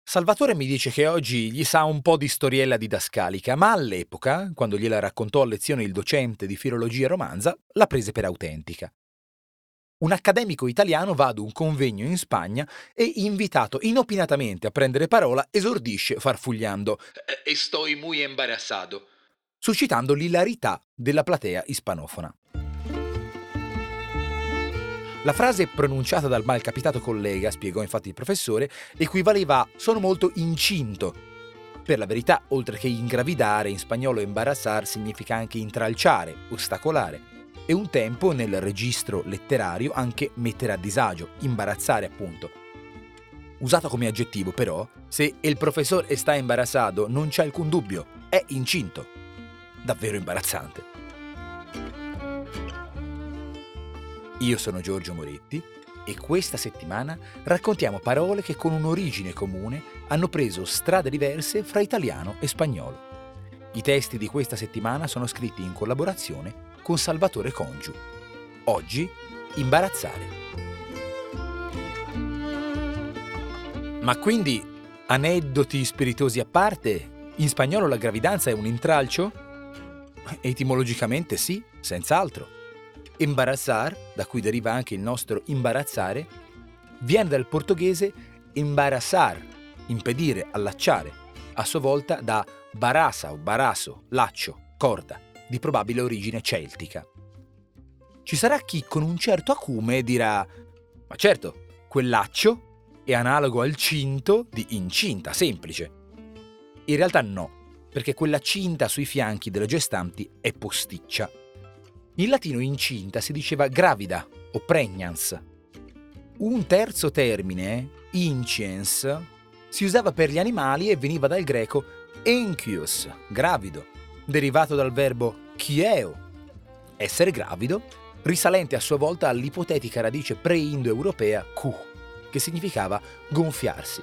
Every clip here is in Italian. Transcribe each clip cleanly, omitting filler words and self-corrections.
Salvatore mi dice che oggi gli sa un po' di storiella didascalica, ma all'epoca, quando gliela raccontò a lezione il docente di filologia romanza, la prese per autentica. Un accademico italiano va ad un convegno in Spagna e, invitato inopinatamente a prendere parola, esordisce farfugliando «Estoy muy embarazado», suscitando l'ilarità della platea ispanofona. La frase pronunciata dal malcapitato collega, spiegò infatti il professore, equivaleva a «sono molto incinto». Per la verità, oltre che ingravidare, in spagnolo embarazzar significa anche intralciare, ostacolare, e un tempo nel registro letterario anche mettere a disagio, imbarazzare appunto. Usato come aggettivo però, se il professor está embarazado non c'è alcun dubbio, è incinto. Davvero imbarazzante. Io sono Giorgio Moretti e questa settimana raccontiamo parole che con un'origine comune hanno preso strade diverse fra italiano e spagnolo. I testi di questa settimana sono scritti in collaborazione con Salvatore Congiu. Oggi, imbarazzare. Ma quindi, aneddoti spiritosi a parte, in spagnolo la gravidanza è un intralcio? Etimologicamente sì, senz'altro. Embarazzar, da cui deriva anche il nostro imbarazzare, viene dal portoghese embaraçar, impedire, allacciare, a sua volta da barasa o barasso, laccio, corda, di probabile origine celtica. Ci sarà chi con un certo acume dirà «Ma certo, quel laccio è analogo al cinto di incinta, semplice». In realtà no, perché quella cinta sui fianchi delle gestanti è posticcia. In latino incinta si diceva gravida o pregnans. Un terzo termine, inciens, si usava per gli animali e veniva dal greco enchios, gravido, derivato dal verbo chieo, essere gravido, risalente a sua volta all'ipotetica radice pre-indoeuropea cu, che significava gonfiarsi.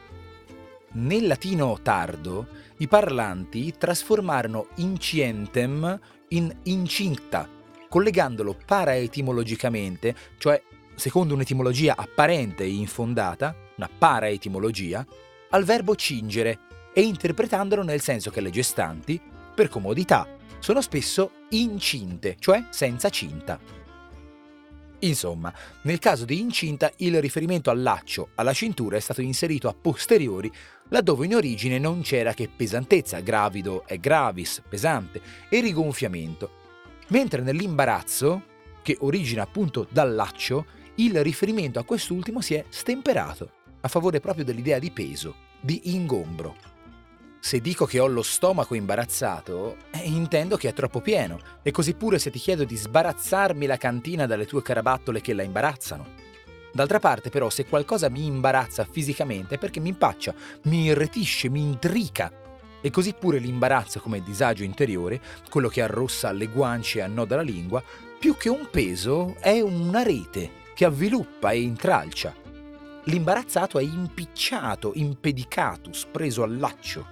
Nel latino tardo, i parlanti trasformarono incientem in incinta, collegandolo paraetimologicamente, cioè secondo un'etimologia apparente e infondata, una paraetimologia, al verbo cingere e interpretandolo nel senso che le gestanti, per comodità, sono spesso incinte, cioè senza cinta. Insomma, nel caso di incinta il riferimento al laccio, alla cintura è stato inserito a posteriori, laddove in origine non c'era che pesantezza, gravido è gravis, pesante, e rigonfiamento. Mentre nell'imbarazzo, che origina appunto dal laccio, il riferimento a quest'ultimo si è stemperato, a favore proprio dell'idea di peso, di ingombro. Se dico che ho lo stomaco imbarazzato, intendo che è troppo pieno, e così pure se ti chiedo di sbarazzarmi la cantina dalle tue carabattole che la imbarazzano. D'altra parte però, se qualcosa mi imbarazza fisicamente è perché mi impaccia, mi irretisce, mi intrica. E così pure l'imbarazzo come disagio interiore, quello che arrossa le guance e annoda la lingua, più che un peso è una rete che avviluppa e intralcia. L'imbarazzato è impicciato, impedicatus, preso al laccio.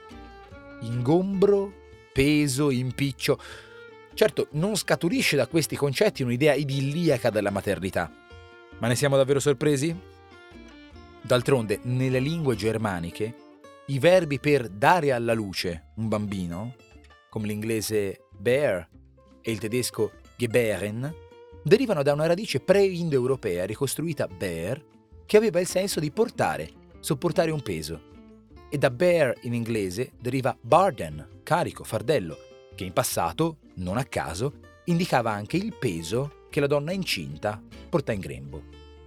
Ingombro, peso, impiccio. Certo, non scaturisce da questi concetti un'idea idilliaca della maternità. Ma ne siamo davvero sorpresi? D'altronde, nelle lingue germaniche, i verbi per dare alla luce un bambino, come l'inglese bear e il tedesco gebären, derivano da una radice pre-indoeuropea ricostruita bear, che aveva il senso di portare, sopportare un peso. E da bear in inglese deriva burden, carico, fardello, che in passato, non a caso, indicava anche il peso che la donna incinta porta in grembo.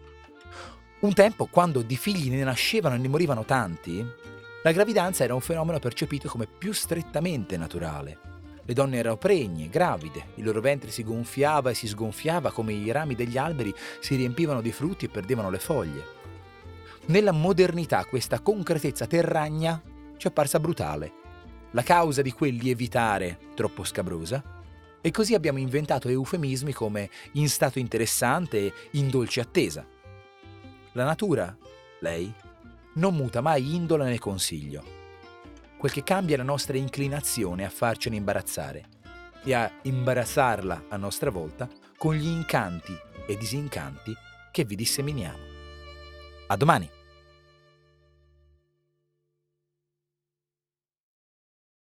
Un tempo, quando di figli ne nascevano e ne morivano tanti, la gravidanza era un fenomeno percepito come più strettamente naturale. Le donne erano pregne, gravide, il loro ventre si gonfiava e si sgonfiava come i rami degli alberi si riempivano di frutti e perdevano le foglie. Nella modernità questa concretezza terragna ci è apparsa brutale, la causa di quel lievitare troppo scabrosa, e così abbiamo inventato eufemismi come in stato interessante e in dolce attesa. La natura, lei, non muta mai indole né consiglio. Quel che cambia è la nostra inclinazione a farcene imbarazzare e a imbarazzarla a nostra volta con gli incanti e disincanti che vi disseminiamo. A domani!